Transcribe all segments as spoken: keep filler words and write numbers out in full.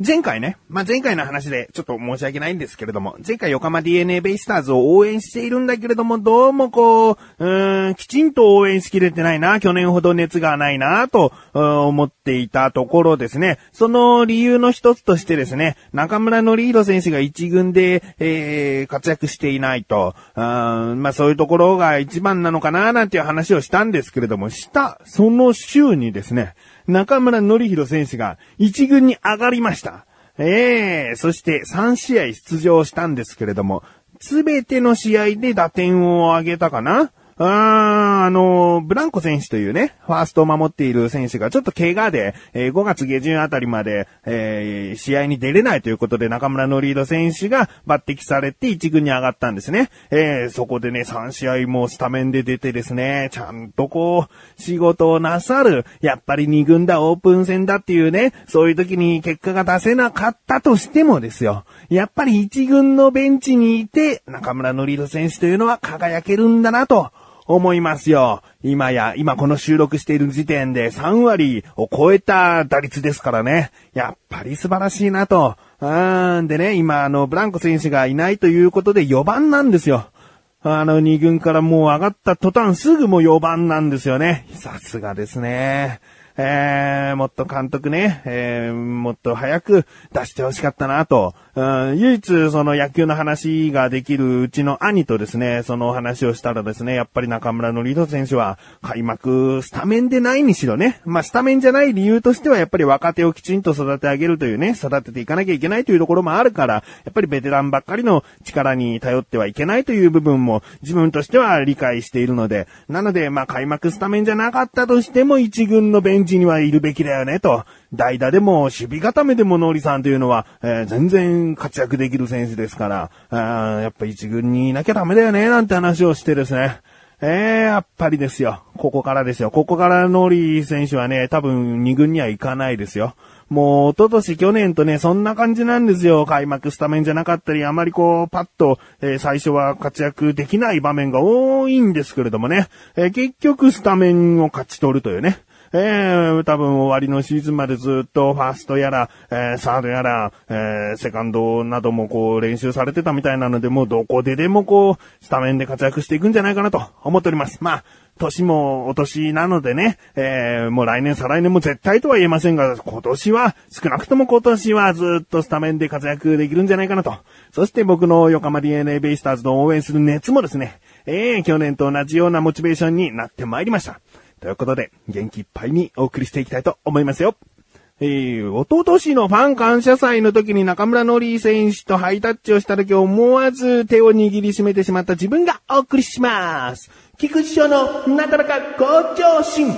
前回ね、まあ、前回の話でちょっと申し訳ないんですけれども、前回横浜 ディーエヌエー ベイスターズを応援しているんだけれども、どうもこう、うーん、きちんと応援しきれてないな、去年ほど熱がないな、と思っていたところですね、その理由の一つとしてですね、中村紀洋選手が一軍で、えー、活躍していないと、あまあ、そういうところが一番なのかな、なんていう話をしたんですけれども、したその週にですね、中村紀洋選手が一軍に上がりました。ええー、そしてさん試合出場したんですけれども、すべての試合で打点を上げたかな。あー、あの、ブランコ選手というね、ファーストを守っている選手がちょっと怪我で、えー、ごがつ下旬あたりまで、えー、試合に出れないということで中村紀洋選手が抜擢されて一軍に上がったんですね。えー、そこでね、さん試合もスタメンで出てですね、ちゃんとこう、仕事をなさる、やっぱりに軍だ、オープン戦だっていうね、そういう時に結果が出せなかったとしてもですよ、やっぱり一軍のベンチにいて、中村紀洋選手というのは輝けるんだなと、思いますよ。今や、今この収録している時点でさん割を超えた打率ですからね。やっぱり素晴らしいなと。うーんでね、今あの、ブランコ選手がいないということでよばんなんですよ。あの、に軍からもう上がった途端すぐもうよばんなんですよね。さすがですね。えー、もっと監督ね、えー、もっと早く出してほしかったなと、うん、唯一その野球の話ができるうちの兄とですね、その話をしたらですね、やっぱり中村紀洋選手は開幕スタメンでないにしろね、まあスタメンじゃない理由としてはやっぱり若手をきちんと育て上げるというね、育てていかなきゃいけないというところもあるから、やっぱりベテランばっかりの力に頼ってはいけないという部分も自分としては理解しているので、なのでまあ開幕スタメンじゃなかったとしても一軍のベンチにはいるべきだよねと、代打でも守備固めでもノリさんというのは、えー、全然活躍できる選手ですから、あやっぱ一軍にいなきゃダメだよねなんて話をしてですね、えー、やっぱりですよ、ここからですよ、ここからノリ選手はね、多分二軍には行かないですよ。もう、一昨年去年とね、そんな感じなんですよ。開幕スタメンじゃなかったり、あまりこう、パッと、えー、最初は活躍できない場面が多いんですけれどもね、えー、結局スタメンを勝ち取るというね、えー、多分終わりのシーズンまでずっとファーストやら、えー、サードやら、えー、セカンドなどもこう練習されてたみたいなので、もうどこででもこう、スタメンで活躍していくんじゃないかなと思っております。まあ、年もお年なのでね、えー、もう来年再来年も絶対とは言えませんが、今年は、少なくとも今年はずっとスタメンで活躍できるんじゃないかなと。そして僕の横浜 ディーエヌエー ベイスターズの応援する熱もですね、えー、去年と同じようなモチベーションになってまいりました。ということで、元気いっぱいにお送りしていきたいと思いますよ。えー、おととしのファン感謝祭の時に中村紀洋選手とハイタッチをした時思わず手を握りしめてしまった自分がお送りします。菊池翔のなだらか向上心。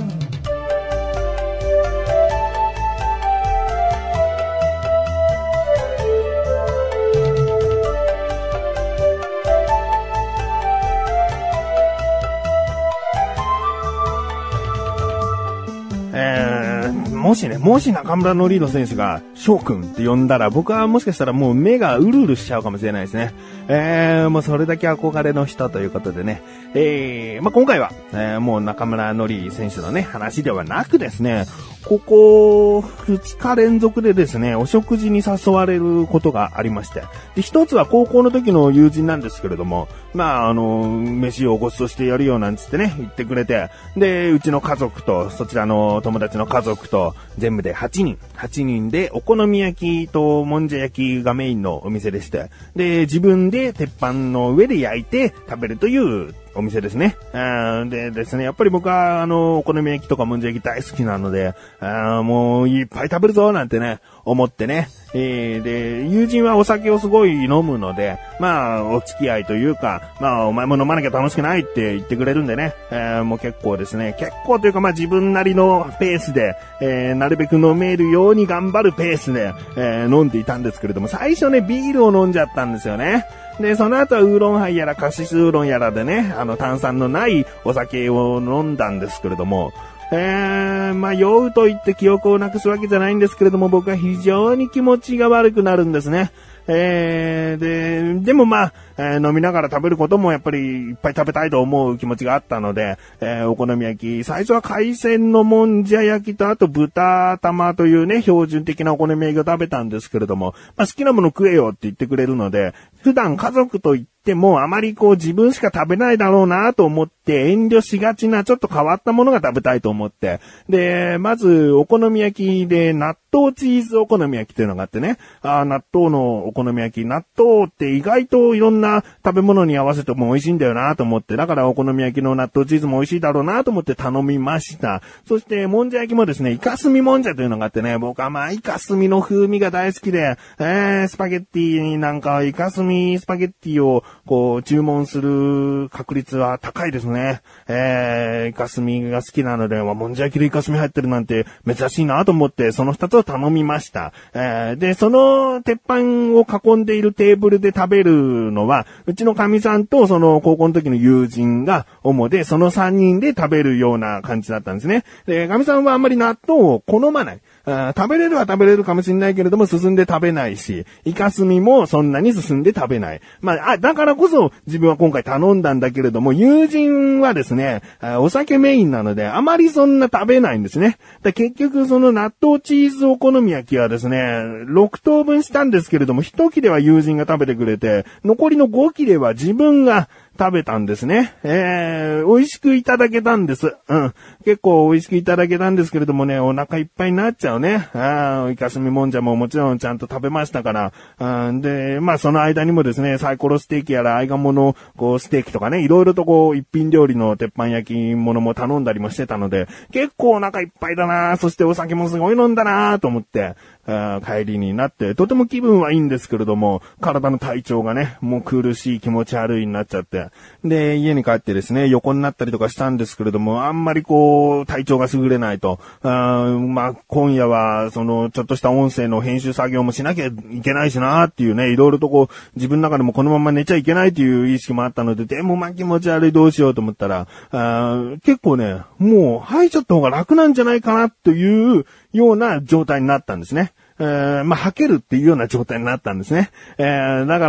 えー、もしね、もし中村紀洋選手が翔くんって呼んだら、僕はもしかしたらもう目がうるうるしちゃうかもしれないですね。えー、もうそれだけ憧れの人ということでね。えー、まあ、今回は、えー、もう中村紀洋選手のね、話ではなくですね、ここふつか連続でですね、お食事に誘われることがありまして。で、一つは高校の時の友人なんですけれども、まあ、あの、飯をご馳走してやるよなんつってね、言ってくれて、で、うちの家族と、そちらの友達の家族と、全部ではちにん、はちにんでお好み焼きともんじゃ焼きがメインのお店でして、で、自分で鉄板の上で焼いて食べるというお店ですね。あでですね、やっぱり僕はあの、お好み焼きとかもんじゃ焼き大好きなので、あもういっぱい食べるぞなんてね、思ってね。えー、で、友人はお酒をすごい飲むので、まあ、お付き合いというか、まあ、お前も飲まなきゃ楽しくないって言ってくれるんでね、えー、もう結構ですね、結構というかまあ自分なりのペースで、えー、なるべく飲めるように頑張るペースで、えー、飲んでいたんですけれども、最初ね、ビールを飲んじゃったんですよね。で、その後はウーロンハイやらカシスウーロンやらでね、あの炭酸のないお酒を飲んだんですけれども、えー、まあ、酔うと言って記憶をなくすわけじゃないんですけれども、僕は非常に気持ちが悪くなるんですね。 えー、で、でもまあ、えー、飲みながら食べることもやっぱりいっぱい食べたいと思う気持ちがあったので、えー、お好み焼き、最初は海鮮のもんじゃ焼きとあと豚玉というね、標準的なお好み焼きを食べたんですけれども、まあ好きなもの食えよって言ってくれるので、普段家族と言ってもあまりこう自分しか食べないだろうなと思って遠慮しがちなちょっと変わったものが食べたいと思って、で、まずお好み焼きで納豆チーズお好み焼きっていうのがあってね、あ納豆のお好み焼き、納豆って意外といろんな食べ物に合わせても美味しいんだよなと思って、だからお好み焼きの納豆チーズも美味しいだろうなと思って頼みました。そしてもんじゃ焼きもですね、イカスミもんじゃというのがあってね、僕はまあイカスミの風味が大好きで、えー、スパゲッティなんかイカスミスパゲッティをこう注文する確率は高いですね。えー、イカスミが好きなので、もんじゃ焼きでイカスミ入ってるなんて珍しいなと思ってその二つを頼みました。えー、で、その鉄板を囲んでいるテーブルで食べるのは、うちのかみさんとその高校の時の友人が主で、その三人で食べるような感じだったんですね。で、かみさんはあんまり納豆を好まない。あ食べれるは食べれるかもしれないけれども進んで食べないし、イカスミもそんなに進んで食べない。まあ、あ、だからこそ自分は今回頼んだんだけれども、友人はですね、お酒メインなのであまりそんな食べないんですね。で結局その納豆チーズお好み焼きはですね、ろくとうぶんしたんですけれども、ひと切れは友人が食べてくれて、残りのご切れは自分が食べたんですね。えー、美味しくいただけたんです。うん。結構美味しくいただけたんですけれどもね、お腹いっぱいになっちゃうね。あイカスミもんじゃももちろんちゃんと食べましたから。あで、まあその間にもですね、サイコロステーキやらアイガモのこうステーキとかね、いろいろとこう一品料理の鉄板焼き物も頼んだりもしてたので、結構お腹いっぱいだな、そしてお酒もすごい飲んだなと思って、あ帰りになって、とても気分はいいんですけれども、体の体調がね、もう苦しい気持ち悪いになっちゃって、で、家に帰ってですね、横になったりとかしたんですけれども、あんまりこう、体調が優れないと、あまあ、今夜は、その、ちょっとした音声の編集作業もしなきゃいけないしなっていうね、いろいろとこう、自分の中でもこのまま寝ちゃいけないっていう意識もあったので、でもまあ気持ち悪いどうしようと思ったら、あ結構ね、もう吐いちゃった方が楽なんじゃないかなというような状態になったんですね。えー、まあ、吐けるっていうような状態になったんですね。えー、だから、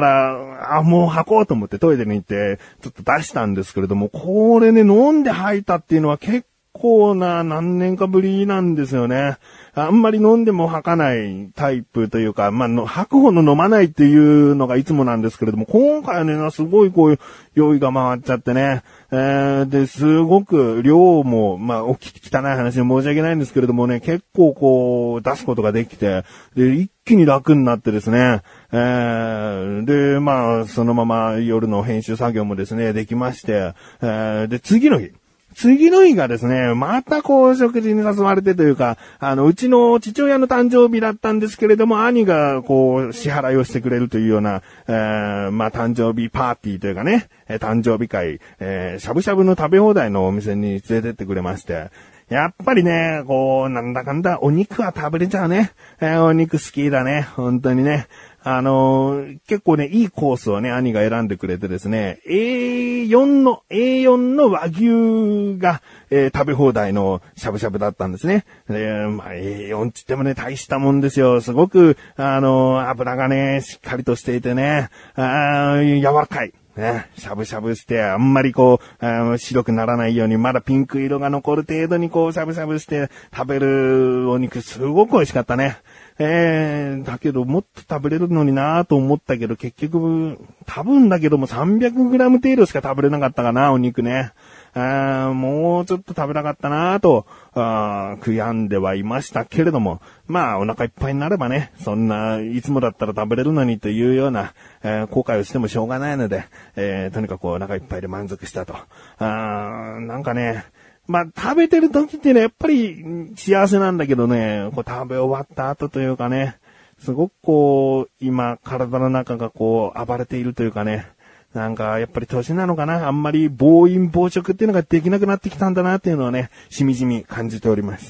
あ、もう吐こうと思ってトイレに行って、ちょっと出したんですけれども、これね、飲んで吐いたっていうのは結構な何年かぶりなんですよね。あんまり飲んでも吐かないタイプというか、まあ、の吐くほど飲まないっていうのがいつもなんですけれども、今回はね、すごいこう、酔いが回っちゃってね、えー、で、すごく量も、まあ、おき汚い話で申し訳ないんですけれどもね、結構こう、出すことができて、で、一気に楽になってですね、えー、で、まあ、そのまま夜の編集作業もですね、できまして、えー、で、次の日、次の日がですね、またこう食事に誘われてというか、あの、うちの父親の誕生日だったんですけれども、兄がこう支払いをしてくれるというような、えー、まあ誕生日パーティーというかね、えー、誕生日会、えー、しゃぶしゃぶの食べ放題のお店に連れてってくれまして、やっぱりね、こう、なんだかんだお肉は食べれちゃうね。えー、お肉好きだね、本当にね。あのー、結構ね、いいコースをね、兄が選んでくれてですね、エーよん の、エーよん の和牛が、えー、食べ放題のしゃぶしゃぶだったんですね。えー、まあ、エーよん って言ってもね、大したもんですよ。すごく、あのー、油がね、しっかりとしていてね、あ柔らかい。ね、しゃぶしゃぶして、あんまりこう、あ白くならないように、まだピンク色が残る程度にこう、しゃぶしゃぶして食べるお肉、すごく美味しかったね。えー、だけどもっと食べれるのになぁと思ったけど、結局、多分だけども さんびゃくグラム 程度しか食べれなかったかな、お肉ね。あもうちょっと食べたかったなぁと、あ悔やんではいましたけれども、まあお腹いっぱいになればね、そんないつもだったら食べれるのにというような、えー、後悔をしてもしょうがないので、えー、とにかくお腹いっぱいで満足したと。あなんかね、まあ、食べてる時ってね、やっぱり幸せなんだけどね、こう食べ終わった後というかね、すごくこう、今、体の中がこう、暴れているというかね、なんか、やっぱり年なのかな、あんまり暴飲暴食っていうのができなくなってきたんだなっていうのはね、しみじみ感じております。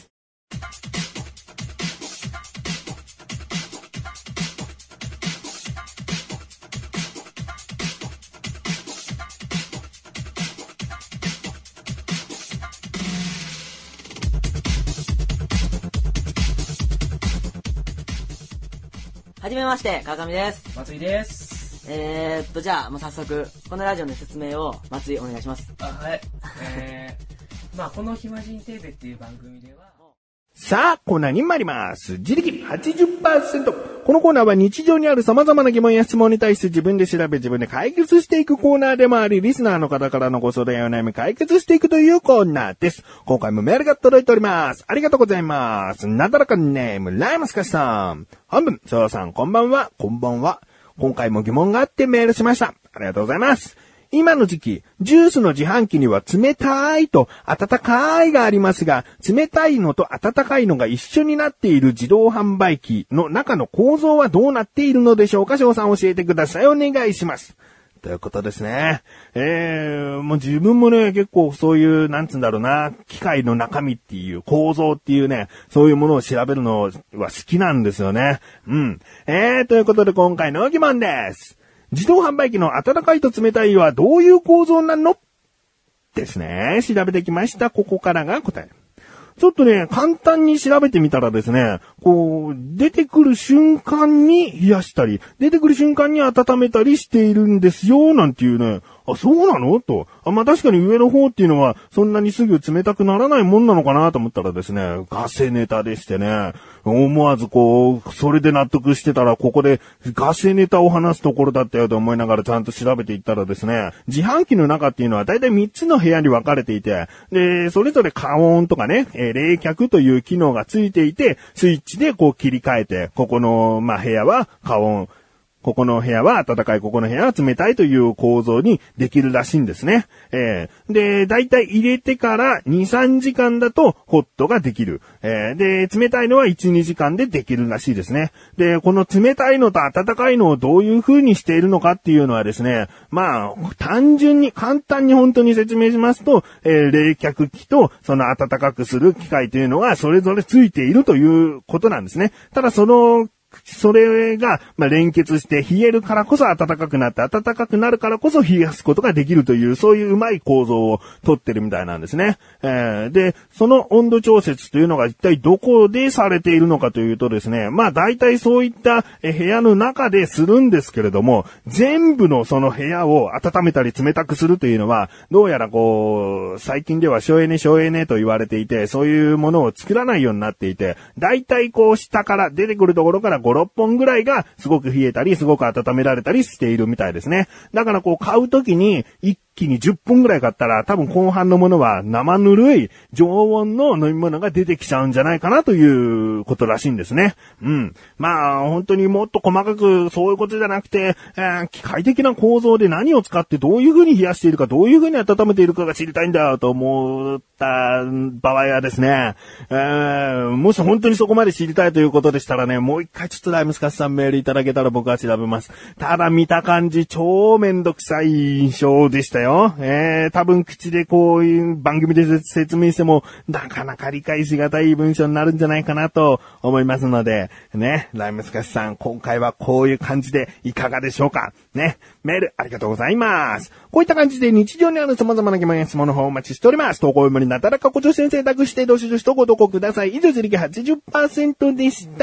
はじめまして、川上です。 松井です。 えーっと、じゃあ、もう早速、このラジオの説明を、松井お願いします。 あ、はい。えー、まあ、この暇人テレビっていう番組では、 さあ、コーナーに参ります。自力 はちじゅっパーセント。このコーナーは日常にある様々な疑問や質問に対して自分で調べ自分で解決していくコーナーでもあり、リスナーの方からのご相談やお悩み解決していくというコーナーです。今回もメールが届いております。ありがとうございます。なだらかネーム、ライムスカシさん。本文、そうさんこんばんは、こんばんは。今回も疑問があってメールしました。ありがとうございます。今の時期、ジュースの自販機には冷たいと温かいがありますが、冷たいのと温かいのが一緒になっている自動販売機の中の構造はどうなっているのでしょうか？翔さん教えてください。お願いします。ということですね。えー、もう自分もね、結構そういう、なんつうんだろうな、機械の中身っていう構造っていうね、そういうものを調べるのは好きなんですよね。うん。えー、ということで今回の疑問です。自動販売機の温かいと冷たいはどういう構造なの？ですね。調べてきました。ここからが答え。ちょっとね、簡単に調べてみたらですね、こう、出てくる瞬間に冷やしたり、出てくる瞬間に温めたりしているんですよ、なんていうね、あ、そうなのと。あ、まあ、確かに上の方っていうのは、そんなにすぐ冷たくならないもんなのかなと思ったらですね、ガセネタでしてね、思わずこう、それで納得してたら、ここでガセネタを話すところだったよと思いながらちゃんと調べていったらですね、自販機の中っていうのはだいたいみっつの部屋に分かれていて、で、それぞれ加温とかね、えー、冷却という機能がついていて、スイッチでこう切り替えて、ここの、まあ、部屋は加温、ここの部屋は暖かい、ここの部屋は冷たいという構造にできるらしいんですね。えー、で、だいたい入れてからに、さんじかんだとホットができる。えー、で、冷たいのはいち、にじかんでできるらしいですね。で、この冷たいのと暖かいのをどういう風にしているのかっていうのはですね、まあ、単純に、簡単に本当に説明しますと、えー、冷却機とその暖かくする機械というのがそれぞれついているということなんですね。ただその、それが、まあ、連結して冷えるからこそ暖かくなって暖かくなるからこそ冷やすことができるという、そういううまい構造をとってるみたいなんですね。えー、で、その温度調節というのが一体どこでされているのかというとですね、まあ大体そういった部屋の中でするんですけれども、全部のその部屋を温めたり冷たくするというのは、どうやらこう、最近では省エネ省エネと言われていて、そういうものを作らないようになっていて、大体こう下から出てくるところからご、ろっぽんぐらいがすごく冷えたり、すごく温められたりしているみたいですね。だからこう買うときに一気にじゅっぽんぐらい買ったら多分後半のものは生ぬるい常温の飲み物が出てきちゃうんじゃないかなということらしいんですね。うん。まあ本当にもっと細かくそういうことじゃなくて、えー、機械的な構造で何を使ってどういう風に冷やしているか、どういう風に温めているかが知りたいんだよと思った場合はですね、えー、もし本当にそこまで知りたいということでしたらね、もう一回ちょっとライムスカスさんメールいただけたら僕は調べます。ただ見た感じ超めんどくさい印象でしたよ。えー、多分口でこういう番組で説明してもなかなか理解しがたい文章になるんじゃないかなと思いますので、ね、ライムスカスさん今回はこういう感じでいかがでしょうか。ね、メールありがとうございます。こういった感じで日常にある様々な疑問や質問の方をお待ちしております。投稿よりなだらかご助先生託してどしどしとご投稿ください。以上自力 はちじゅっパーセント でした。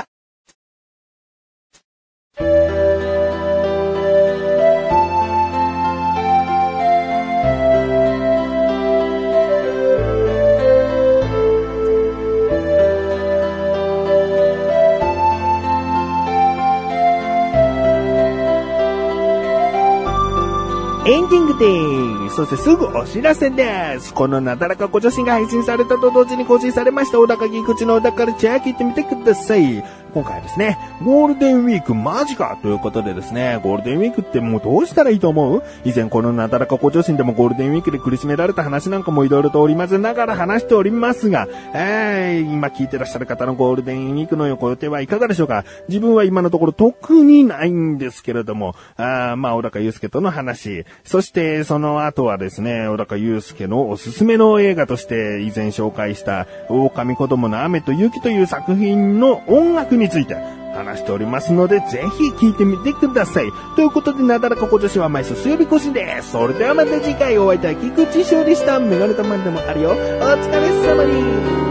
エンディングでーす。そしてすぐお知らせです。このなだらかご女子が配信されたと同時に更新されました小高木口の小高ルチャー聞いてみてください。今回はですね、ゴールデンウィークマジかということでですね、ゴールデンウィークってもうどうしたらいいと思う？以前このなだらかご女子でもゴールデンウィークで苦しめられた話なんかもいろいろと織り交ぜながら話しておりますが、えー、今聞いてらっしゃる方のゴールデンウィークの予定はいかがでしょうか？自分は今のところ特にないんですけれども、あまあ小高祐介との話、そしてその後はですね、小高祐介のおすすめの映画として以前紹介した狼子供の雨と雪という作品の音楽について話しておりますので、ぜひ聞いてみてください。ということで、なだらかご女子は毎週水曜日更新です。それではまた次回お会いいたい菊池翔でした。メガネたまんでもあるよ。お疲れ様に。